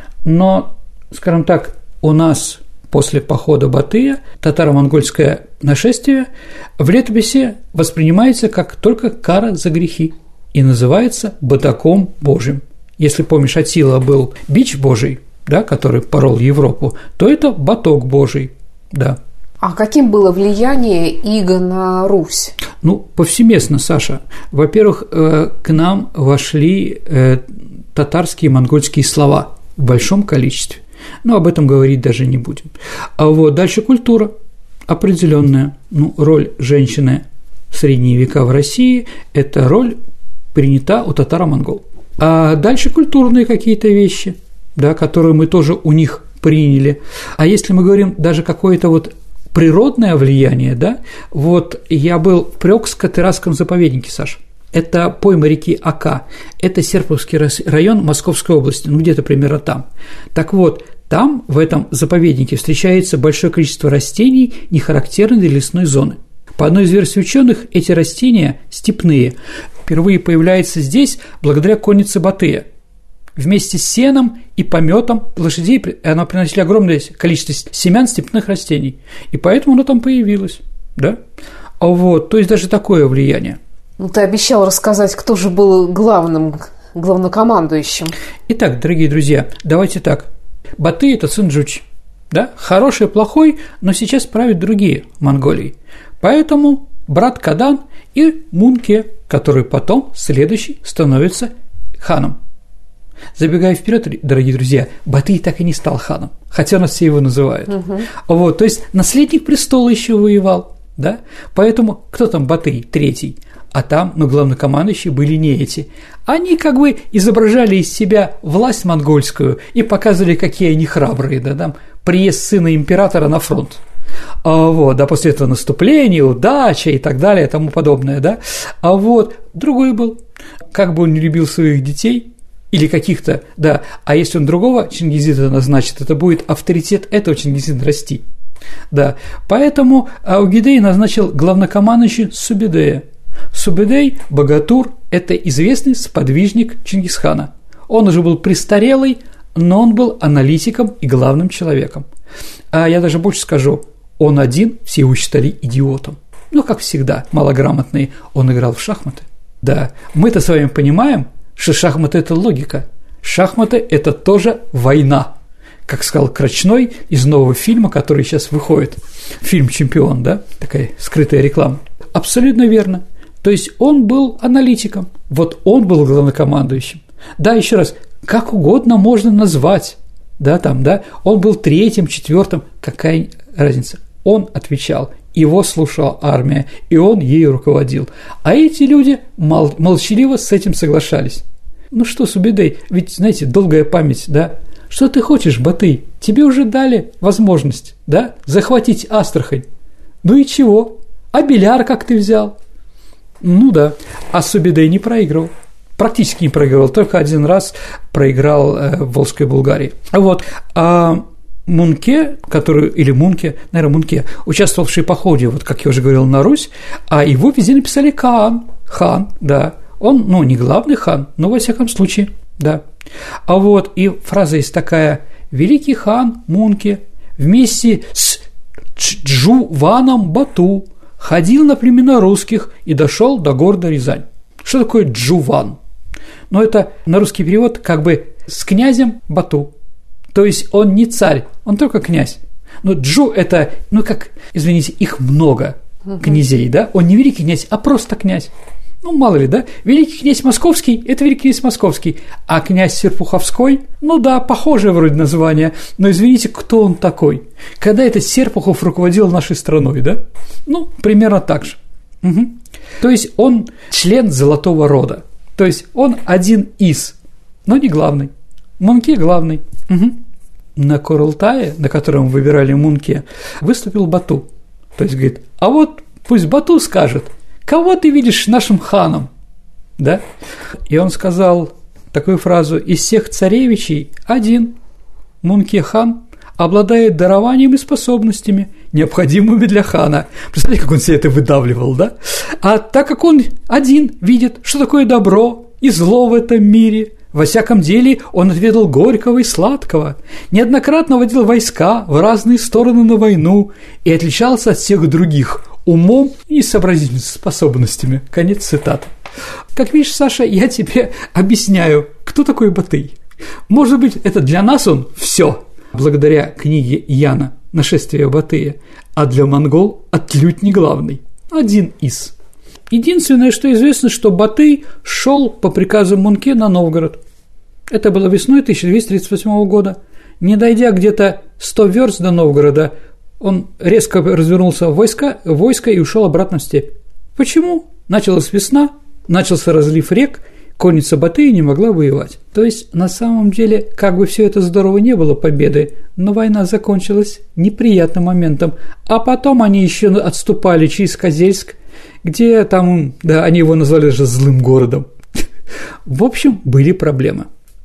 Но, скажем так, у нас после похода Батыя татаро-монгольское нашествие в летописи воспринимается как только кара за грехи и называется батаком Божьим. Если помнишь, Аттила был бич Божий, да, который порол Европу, то это баток Божий, да. А каким было влияние иго на Русь? Ну, повсеместно, Саша. Во-первых, к нам вошли татарские и монгольские слова в большом количестве. Но об этом говорить даже не будем. А вот дальше культура определенная. Ну, роль женщины в средние века в России – это роль принята у татаро-монгол. А дальше культурные какие-то вещи, да, которые мы тоже у них приняли. А если мы говорим даже какое-то вот природное влияние, да, вот я был в Прёкско-Тырасском заповеднике, Саша. Это пойма реки Ока, это Серпуховский район Московской области, ну где-то примерно там. Так вот, там, в этом заповеднике, встречается большое количество растений, не характерных для лесной зоны. По одной из версий ученых, эти растения степные, впервые появляются здесь благодаря коннице Батыя. Вместе с сеном и пометом лошадей она приносила огромное количество семян степных растений, и поэтому оно там появилось, да? Вот, то есть даже такое влияние. Ну, ты обещал рассказать, кто же был главным, главнокомандующим. Итак, дорогие друзья, давайте так. Батый – это сын Джучи, да? Хороший, плохой, но сейчас правят другие Монголии. Поэтому брат Кадан и Мунке, который потом, следующий, становится ханом. Забегая вперед, дорогие друзья, Батый так и не стал ханом, хотя у нас все его называют. Угу. Вот, то есть наследник престола еще воевал, да? Поэтому кто там Батый третий? А там, ну, главнокомандующие были не эти. Они как бы изображали из себя власть монгольскую и показывали, какие они храбрые, да, там приезд сына императора на фронт. А вот, да, после этого наступление, удача и так далее, и тому подобное, да. А вот другой был, как бы он не любил своих детей или каких-то, да, а если он другого Чингизида назначит, это будет авторитет этого Чингизида расти, да. Поэтому Аугидей назначил главнокомандующим Субедея. Субедей, богатур – это известный сподвижник Чингисхана. Он уже был престарелый, но он был аналитиком и главным человеком. А я даже больше скажу, он один, все его считали идиотом. Ну, как всегда, малограмотный, он играл в шахматы. Да, мы-то с вами понимаем, что шахматы – это логика. Шахматы – это тоже война. как сказал Крачной из нового фильма, который сейчас выходит, фильм «Чемпион», да, такая скрытая реклама. Абсолютно верно. То есть он был аналитиком, вот он был главнокомандующим. Да, еще раз, как угодно можно назвать, да, там, да, он был третьим, четвертым, какая разница? Он отвечал, его слушала армия, и он ею руководил. А эти люди мол- молчаливо с этим соглашались. Ну что, Субедей, ведь, знаете, долгая память, да? Что ты хочешь, Батый? Тебе уже дали возможность, да, захватить Астрахань. Ну и чего? А Беляр как ты взял? Ну да, а Субедей не проигрывал. Практически не проигрывал, только один раз проиграл э, в Волжской Булгарии. Вот, а Мунке, который, или Мунке, наверное, Мунке, участвовавший в походе, вот как я уже говорил, на Русь, а его везде написали Каан, хан, да, он, ну, не главный хан, но во всяком случае, да. А вот и фраза есть такая: «Великий хан Мунке вместе с Джуваном Бату ходил на племена русских и дошел до города Рязань». Что такое Джуван? Ну, это на русский перевод как бы с князем Бату. То есть он не царь, он только князь. Но Джу – это, ну как, извините, их много князей, да? Он не великий князь, а просто князь. Ну, мало ли, да? Великий князь Московский – это великий князь Московский, а князь Серпуховской – ну да, похожее вроде название, но извините, кто он такой? Когда этот Серпухов руководил нашей страной, да? Ну, примерно так же. Угу. То есть он член золотого рода, то есть он один из, но не главный. Мунке главный. Угу. На Курултае, на котором выбирали Мунке, выступил Бату. То есть говорит: а вот пусть Бату скажет, кого ты видишь нашим ханом, да? И он сказал такую фразу: из всех царевичей один, Мунке хан, обладает дарованием и способностями, необходимыми для хана. Представляете, как он себе это выдавливал, да? А так как он один видит, что такое добро и зло в этом мире, во всяком деле он отведал горького и сладкого, неоднократно водил войска в разные стороны на войну и отличался от всех других умом и сообразительными способностями. Конец цитаты. Как видишь, Саша, я тебе объясняю, кто такой Батый. Может быть, это для нас он все, благодаря книге Яна «Нашествие Батыя», а для монгол отнюдь не главный, один из. Единственное, что известно, что Батый шел по приказу Мунке на Новгород. Это было весной тысяча двести тридцать восьмого года. Не дойдя где-то сто верст до Новгорода, он резко развернулся в войска, в войско и ушел обратно в степь. Почему? Началась весна, начался разлив рек, конница Батыя не могла воевать. То есть, на самом деле, как бы все это здорово не было победой, но война закончилась неприятным моментом. А потом они еще отступали через Козельск, где там, да, они его назвали даже злым городом. В общем, были проблемы.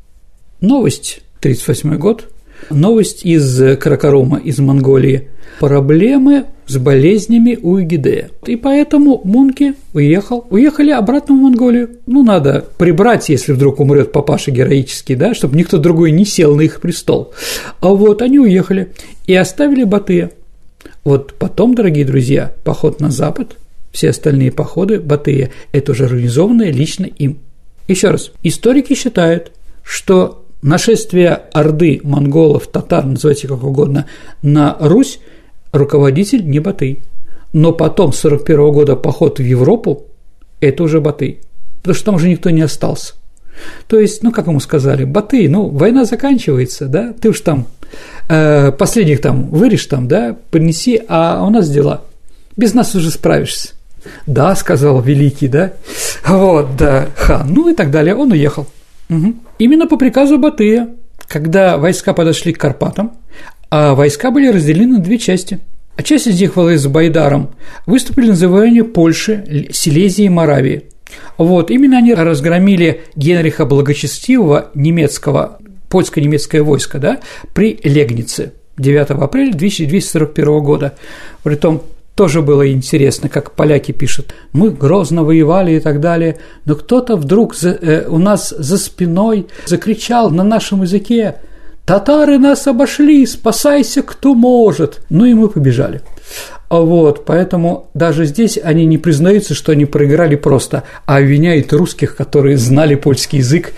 Новость, тридцать восьмой год, новость из Каракарума, из Монголии. Проблемы с болезнями у Эгидея. И поэтому Мунке уехал, уехали обратно в Монголию. Ну, надо прибрать, если вдруг умрет папаша героический, да, чтобы никто другой не сел на их престол. А вот они уехали и оставили Батыя. Вот потом, дорогие друзья, поход на запад, все остальные походы Батыя – это уже организованное лично им. Еще раз, историки считают, что нашествие орды монголов, татар, называйте как угодно, на Русь руководитель не Батый. Но потом, с сорок первого года, поход в Европу – это уже Батый, потому что там уже никто не остался. То есть, ну, как ему сказали, Батый, ну, война заканчивается, да, ты уж там э, последних там вырежь там, да, принеси, а у нас дела, без нас уже справишься. Да, сказал великий, да, вот, да, хан, ну и так далее, он уехал. Угу. Именно по приказу Батыя, когда войска подошли к Карпатам, а войска были разделены на две части. А часть из них была с Байдаром, выступили на завоевание Польши, Силезии и Моравии. Вот, именно они разгромили Генриха Благочестивого, немецкого, польско-немецкое войско, да, при Легнице девятого апреля тысяча двести сорок первого года. Притом тоже было интересно, как поляки пишут: мы грозно воевали и так далее, но кто-то вдруг за, э, у нас за спиной закричал на нашем языке: татары нас обошли, спасайся, кто может. Ну и мы побежали. Вот, поэтому даже здесь они не признаются, что они проиграли просто, а обвиняют русских, которые знали польский язык.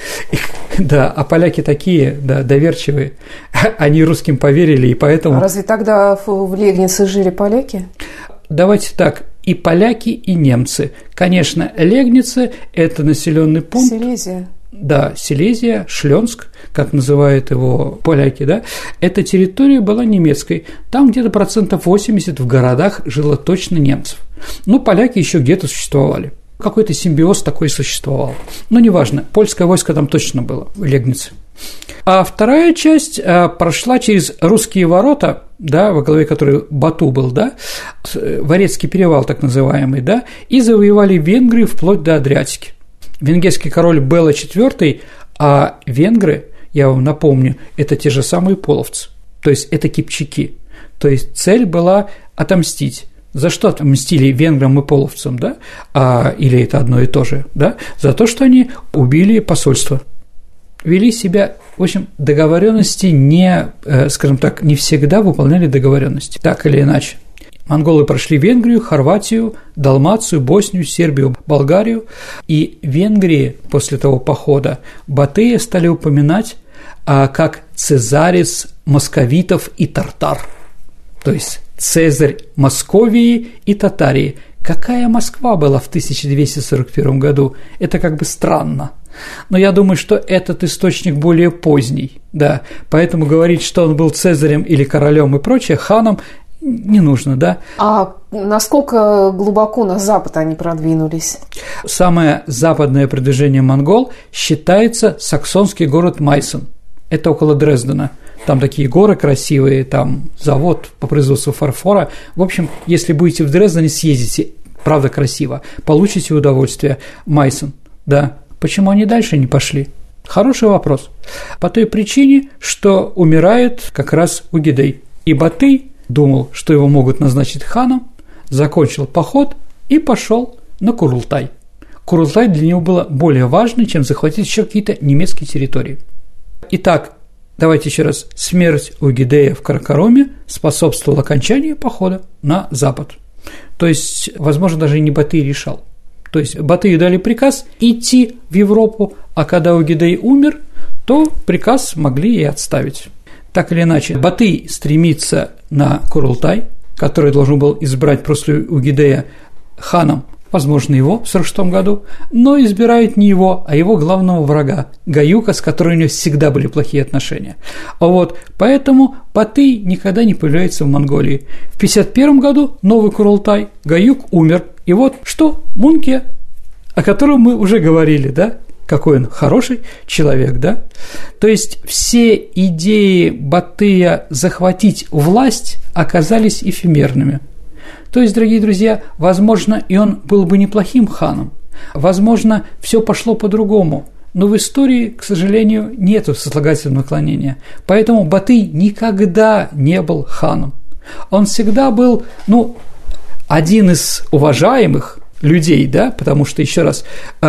Да, а поляки такие, да, доверчивые, они русским поверили, и поэтому… А разве тогда в Легнице жили поляки? Давайте так, и поляки, и немцы. Конечно, Легница – это населенный пункт… Силезия. Да, Силезия, Шленск, как называют его поляки, да, эта территория была немецкой. Там где-то процентов восемьдесят в городах жило точно немцев. Но поляки еще где-то существовали. Какой-то симбиоз такой существовал. Но неважно, польское войско там точно было, в Легнице. А вторая часть а, прошла через русские ворота, да, во главе которой Бату был, да, Варецкий перевал так называемый, да, и завоевали Венгрию вплоть до Адриатики. Венгерский король Бела четвёртый, а венгры, я вам напомню, это те же самые половцы, то есть это кипчаки. То есть цель была отомстить. За что отмстили венграм и половцам, да? А, или это одно и то же, да? За то, что они убили посольство. Вели себя, в общем, договоренности не, скажем так, не всегда выполняли договоренности, так или иначе. Монголы прошли Венгрию, Хорватию, Далмацию, Боснию, Сербию, Болгарию, и в Венгрии после того похода Батыя стали упоминать а, как Цезарис московитов и тартар, то есть Цезарь Московии и Татарии. Какая Москва была в тысяча двести сорок первом году? Это как бы странно. Но я думаю, что этот источник более поздний, да, поэтому говорить, что он был Цезарем или королем и прочее, ханом, не нужно, да. А насколько глубоко на запад они продвинулись? Самое западное продвижение монгол считается саксонский город Майсен. Это около Дрездена. Там такие горы красивые, там завод по производству фарфора. В общем, если будете в Дрездене, съездите, правда красиво, получите удовольствие. Майсен, да. Почему они дальше не пошли? Хороший вопрос. По той причине, что умирает как раз Угидей. И Батый думал, что его могут назначить ханом, закончил поход и пошел на Курултай. Курултай для него было более важно, чем захватить еще какие-то немецкие территории. Итак, давайте еще раз. Смерть Угидея в Каракароме способствовала окончанию похода на запад. То есть, возможно, даже и не Батый решал. То есть Батыю дали приказ идти в Европу, а когда Угидей умер, то приказ могли и отставить. Так или иначе, Батый стремится на Курултай, который должен был избрать после Угидея ханом, возможно, его в сорок шестом году, но избирает не его, а его главного врага – Гаюка, с которым у него всегда были плохие отношения. А вот поэтому Батый никогда не появляется в Монголии. В пятьдесят первом году новый Курултай, Гаюк умер, и вот что? Мунке, о котором мы уже говорили, да? Какой он хороший человек, да? То есть все идеи Батыя захватить власть оказались эфемерными. То есть, дорогие друзья, возможно, и он был бы неплохим ханом, возможно, все пошло по-другому, но в истории, к сожалению, нет сослагательного наклонения. Поэтому Батый никогда не был ханом. Он всегда был, ну, один из уважаемых людей, да, потому что, еще раз,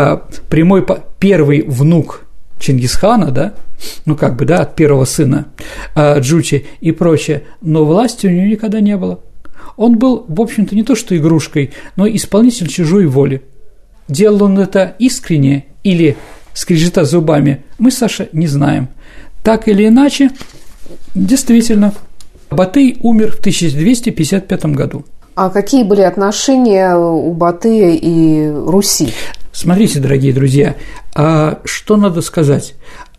прямой первый внук Чингисхана, да, ну, как бы, да, от первого сына Джучи и прочее, но власти у него никогда не было. Он был, в общем-то, не то что игрушкой, но исполнитель чужой воли. Делал он это искренне или скрежета зубами, мы, Саша, не знаем. Так или иначе, действительно, Батый умер в тысяча двести пятьдесят пятом году. А какие были отношения у Батыя и Руси? Смотрите, дорогие друзья, а что надо сказать?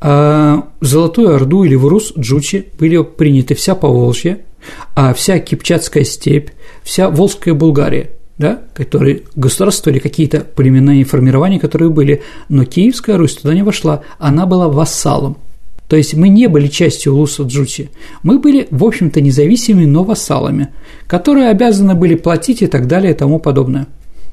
А в Золотую Орду или в Урус Джучи были приняты вся Поволжье, а вся Кипчакская степь, вся Волжская Булгария, да, которые государствовали, какие-то племенные формирования, которые были, но Киевская Русь туда не вошла, она была вассалом. То есть мы не были частью Улуса Джучи, мы были, в общем-то, независимыми, но вассалами, которые обязаны были платить и так далее и тому подобное.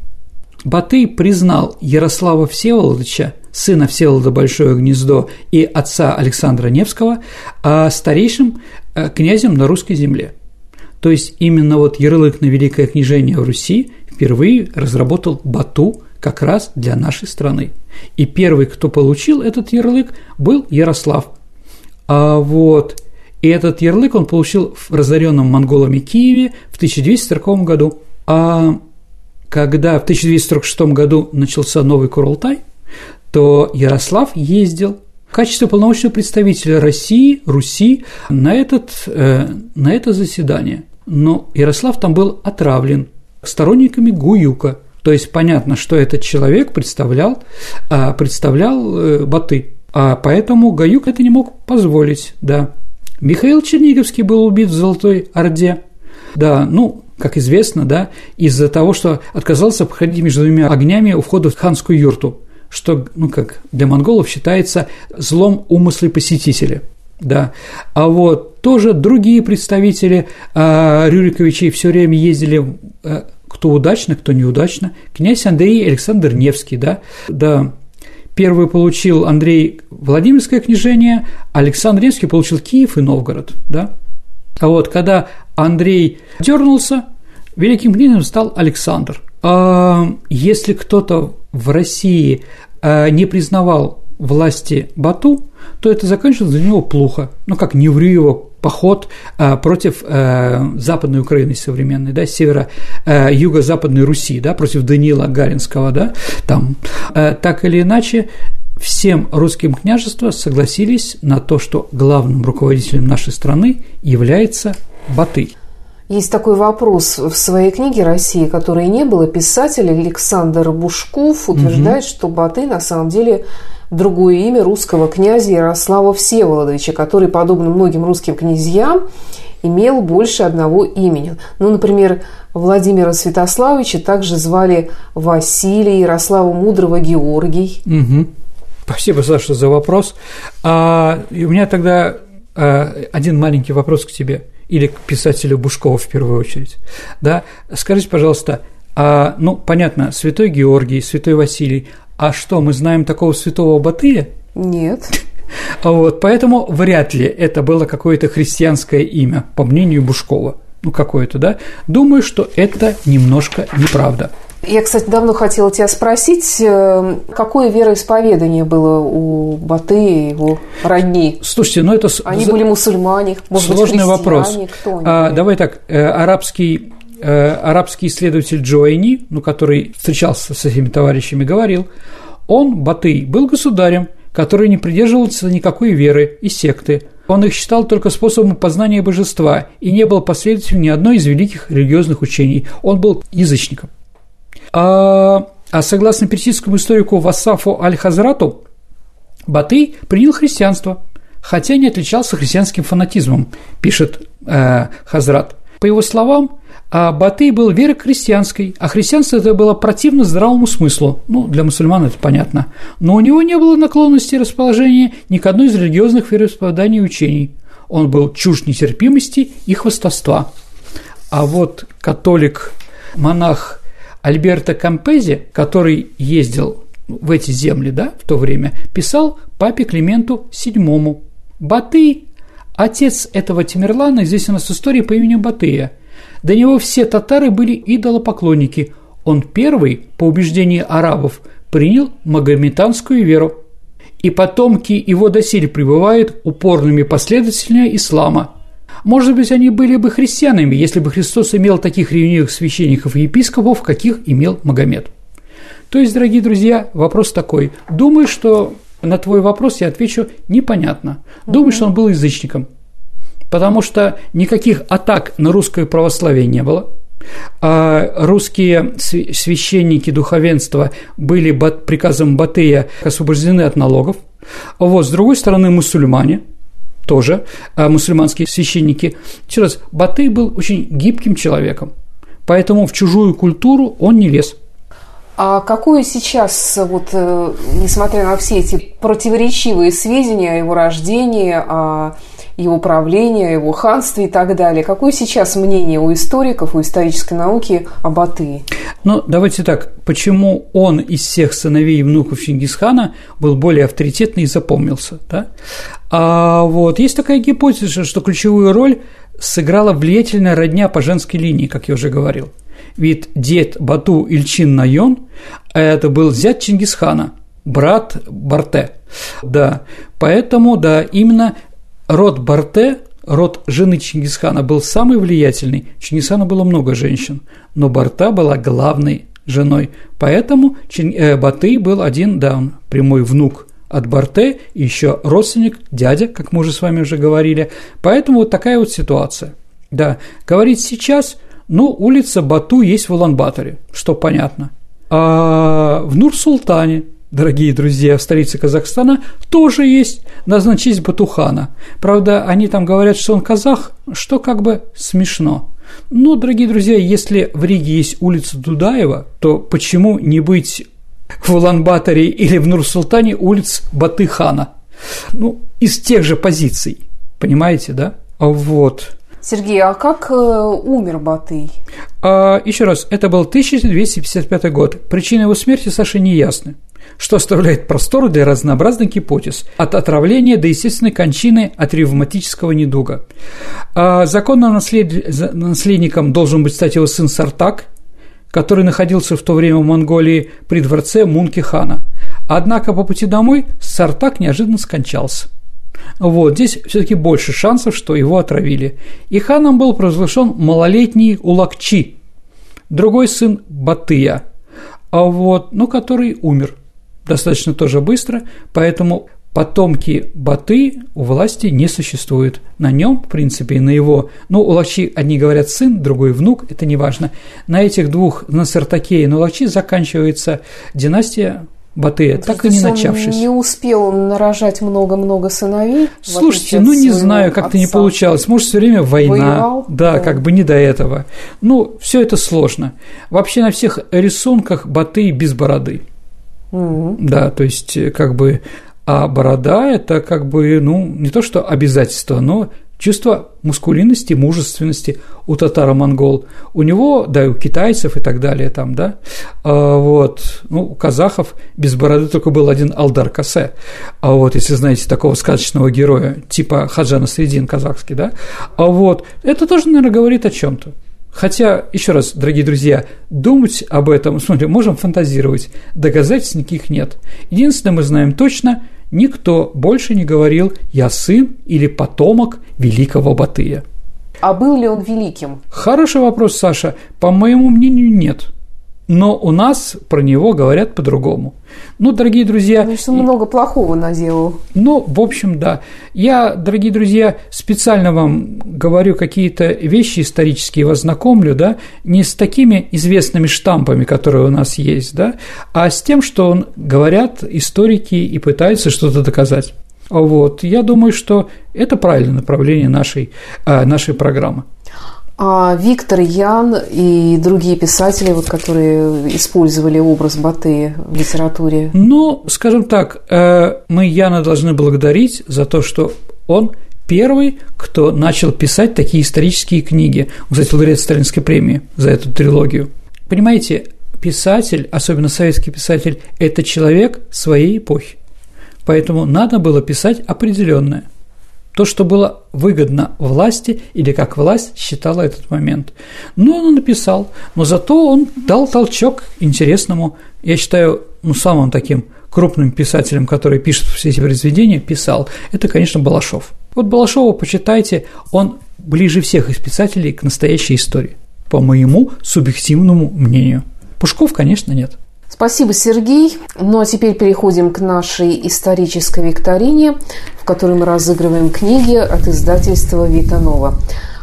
Батый признал Ярослава Всеволодовича, сына Всеволода Большое Гнездо и отца Александра Невского, старейшим князем на русской земле. То есть именно вот ярлык на Великое княжение в Руси впервые разработал Бату как раз для нашей страны. И первый, кто получил этот ярлык, был Ярослав. А вот И этот ярлык он получил в разоренном монголами Киеве в тысяча двести сороковом году. А когда в тысяча двести сорок шестом году начался новый Курултай, то Ярослав ездил в качестве полномочного представителя России, Руси на, этот, э, на это заседание. Но Ярослав там был отравлен сторонниками Гуюка. То есть понятно, что этот человек представлял, э, представлял э, Баты, а поэтому Гуюк это не мог позволить, да. Михаил Черниговский был убит в Золотой Орде, да, ну, как известно, да, из-за того, что отказался походить между двумя огнями у входа в ханскую юрту, что, ну, как для монголов считается злом умысле посетителя, да. А вот тоже другие представители э, Рюриковичей все время ездили, э, кто удачно, кто неудачно. Князь Андрей Александр Невский, да, да. Первый получил Андрей Владимирское княжение, Александр Невский получил Киев и Новгород, да. А вот когда Андрей дернулся, великим князем стал Александр. А если кто-то в России не признавал власти Бату, то это заканчивалось для него плохо. Ну, как Невриева поход против Западной Украины современной, да, севера, юго-западной Руси, да, против Даниила Гаринского, да, там, так или иначе, всем русским княжествам согласились на то, что главным руководителем нашей страны является Баты. Есть такой вопрос в своей книге «Россия, которой не было». Писатель Александр Бушков утверждает, угу. что Баты на самом деле другое имя русского князя Ярослава Всеволодовича, который, подобно многим русским князьям, имел больше одного имени. Ну, например, Владимира Святославича также звали Василий, Ярослава Мудрого Георгий. Угу. Спасибо, Саша, за вопрос. А, и у меня тогда а, один маленький вопрос к тебе, или к писателю Бушкову в первую очередь. Да? Скажите, пожалуйста, а, ну, понятно, святой Георгий, святой Василий, а что, мы знаем такого святого Батыя? Нет. Вот, поэтому вряд ли это было какое-то христианское имя, по мнению Бушкова. Ну, какое-то, да? Думаю, что это немножко неправда. Я, кстати, давно хотела тебя спросить, какое вероисповедание было у Батыя и его родней? Слушайте, ну это… Они были мусульмане, может сложный быть, вопрос. Кто они а, давай так, арабский… арабский исследователь Джуайни, ну, который встречался со своими товарищами, говорил, он, Батый, был государем, который не придерживался никакой веры и секты. Он их считал только способом познания божества и не был последователем ни одной из великих религиозных учений. Он был язычником. А, а согласно персидскому историку Вассафу аль-Хазрату, Батый принял христианство, хотя не отличался христианским фанатизмом, пишет э, Хазрат. По его словам, Батый был верой христианской, а христианство это было противно здравому смыслу. Ну, для мусульман это понятно. Но у него не было наклонности и расположения ни к одной из религиозных вероисповеданий и учений. Он был чужд нетерпимости и хвастовства. А вот католик-монах Альберто Кампези, который ездил в эти земли, да, в то время, писал папе Клименту седьмому: «Батый, отец этого Тамерлана, известен с истории по имени Батыя. До него все татары были идолопоклонники. Он первый, по убеждению арабов, принял магометанскую веру. И потомки его доселе пребывают упорными последователями ислама. Может быть, они были бы христианами, если бы Христос имел таких ревнивых священников и епископов, каких имел Магомед». То есть, дорогие друзья, вопрос такой. Думаю, что на твой вопрос я отвечу непонятно. Думаю, mm-hmm. что он был язычником. Потому что никаких атак на русское православие не было. А русские священники духовенства были приказом Батыя освобождены от налогов. Вот, с другой стороны, мусульмане тоже, мусульманские священники. Еще раз, Батый был очень гибким человеком, поэтому в чужую культуру он не лез. А какое сейчас, вот, несмотря на все эти противоречивые сведения о его рождении, о его правлении, о его ханстве и так далее, какое сейчас мнение у историков, у исторической науки о Батые? Ну, давайте так, почему он из всех сыновей и внуков Чингисхана был более авторитетный и запомнился, да? А вот есть такая гипотеза, что ключевую роль сыграла влиятельная родня по женской линии, как я уже говорил. Ведь дед Бату Ильчин Найон – это был зять Чингисхана, брат Барте, да, поэтому, да, именно род Барте род жены Чингисхана был самый влиятельный, у Чингисхана было много женщин, но Барта была главной женой, поэтому Чин... э, Батый был один, да, он прямой внук от Барте, и еще родственник, дядя, как мы уже с вами уже говорили, поэтому вот такая вот ситуация. Да, говорить сейчас, ну, улица Бату есть в Улан-Баторе, что понятно, а в Нур-Султане, дорогие друзья, в столице Казахстана, тоже есть, названа честь Батухана. Правда, они там говорят, что он казах, что как бы смешно. Но, дорогие друзья, если в Риге есть улица Дудаева, то почему не быть в Улан-Баторе или в Нур-Султане улиц Батыхана? Ну, из тех же позиций, понимаете, да? Вот. Сергей, а как э, умер Батый? А, еще раз, это был тысяча двести пятьдесят пятый год. Причины его смерти, Саша, не ясны, что оставляет простор для разнообразных гипотез, от отравления до естественной кончины от ревматического недуга. А законным наслед... наследником должен быть, кстати, его сын Сартак, который находился в то время в Монголии при дворце Мунки-хана. Однако по пути домой Сартак неожиданно скончался. Вот, здесь все-таки больше шансов, что его отравили. И ханом был провозглашен малолетний Улакчи, другой сын Батыя, а вот, ну, который умер достаточно тоже быстро, поэтому потомки Баты у власти не существует. На нем, в принципе, и на его, ну, Улакчи, одни говорят сын, другой внук, это не важно. На этих двух, на Сартаке и на Улакчи, заканчивается династия Батыя, то так и не начавшись. Он не успел нарожать много-много сыновей. Слушайте, ну не знаю, как-то не получалось. Может, все время война. Воевал? Да, да, как бы не до этого. Ну, все это сложно. Вообще на всех рисунках Батый без бороды. Mm-hmm. Да, то есть, как бы, а борода – это как бы, ну, не то что обязательство, но чувство мускулинности, мужественности у татаро-монгол. У него, да, и у китайцев и так далее там, да, а вот, ну, у казахов без бороды только был один Алдар Касе, а вот, если знаете такого сказочного героя, типа Хаджа Насреддин казахский, да, а вот, это тоже, наверное, говорит о чем-то. Хотя, еще раз, дорогие друзья, думать об этом, смотрите, можем фантазировать, доказательств никаких нет. Единственное, мы знаем точно, никто больше не говорил «я сын» или «потомок великого Батыя». А был ли он великим? Хороший вопрос, Саша. По моему мнению, нет. Но у нас про него говорят по-другому. Ну, дорогие друзья… Значит, он много плохого наделал. Ну, в общем, да. Я, дорогие друзья, специально вам говорю какие-то вещи исторические, вас знакомлю, да, не с такими известными штампами, которые у нас есть, да, а с тем, что говорят историки и пытаются что-то доказать. Вот. Я думаю, что это правильное направление нашей, нашей программы. А Виктор Ян и другие писатели, вот, которые использовали образ Батыя в литературе? Ну, скажем так, мы Яна должны благодарить за то, что он первый, кто начал писать такие исторические книги. Он, кстати, лауреат Сталинской премии за эту трилогию. Понимаете, писатель, особенно советский писатель, это человек своей эпохи. Поэтому надо было писать определенное. То, что было выгодно власти или как власть считала этот момент. Ну, он написал, но зато он дал толчок интересному, я считаю, ну, самым таким крупным писателем, который пишет все эти произведения, писал, это, конечно, Балашов. Вот Балашова, почитайте, он ближе всех из писателей к настоящей истории, по моему субъективному мнению. Пушков, конечно, нет. Спасибо, Сергей. Ну, а теперь переходим к нашей исторической викторине, в которой мы разыгрываем книги от издательства «Витанова».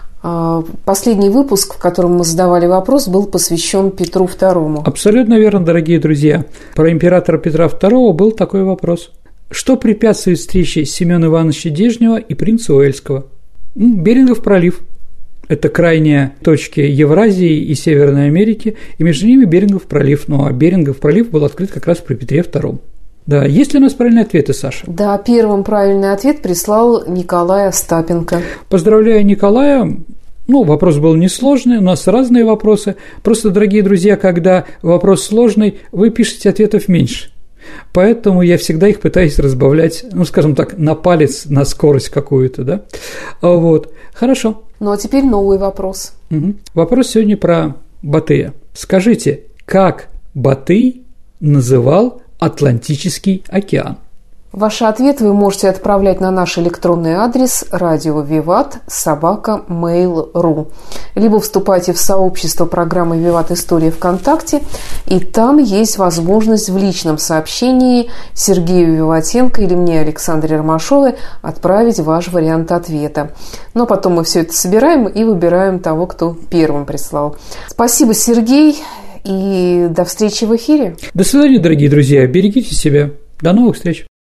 Последний выпуск, в котором мы задавали вопрос, был посвящен Петру Второму. Абсолютно верно, дорогие друзья. Про императора Петра Второго был такой вопрос. Что препятствует встрече Семёна Ивановича Дежнева и принца Уэльского? Берингов пролив. Это крайние точки Евразии и Северной Америки, и между ними Берингов пролив. Ну, а Берингов пролив был открыт как раз при Петре Втором. Да, есть ли у нас правильные ответы, Саша? Да, первым правильный ответ прислал Николай Остапенко. Поздравляю Николая. Ну, вопрос был несложный, у нас разные вопросы. Просто, дорогие друзья, когда вопрос сложный, вы пишете ответов меньше. Поэтому я всегда их пытаюсь разбавлять, ну, скажем так, на палец, на скорость какую-то, да? Вот, хорошо. Ну, а теперь новый вопрос. Угу. Вопрос сегодня про Батыя. Скажите, как Батый называл Атлантический океан? Ваши ответы вы можете отправлять на наш электронный адрес радио Виват собака мейл точка ру, либо вступайте в сообщество программы «Виват. История» ВКонтакте, и там есть возможность в личном сообщении Сергею Виватенко или мне, Александре Ромашовой, отправить ваш вариант ответа. Но потом мы все это собираем и выбираем того, кто первым прислал. Спасибо, Сергей, и до встречи в эфире. До свидания, дорогие друзья. Берегите себя. До новых встреч.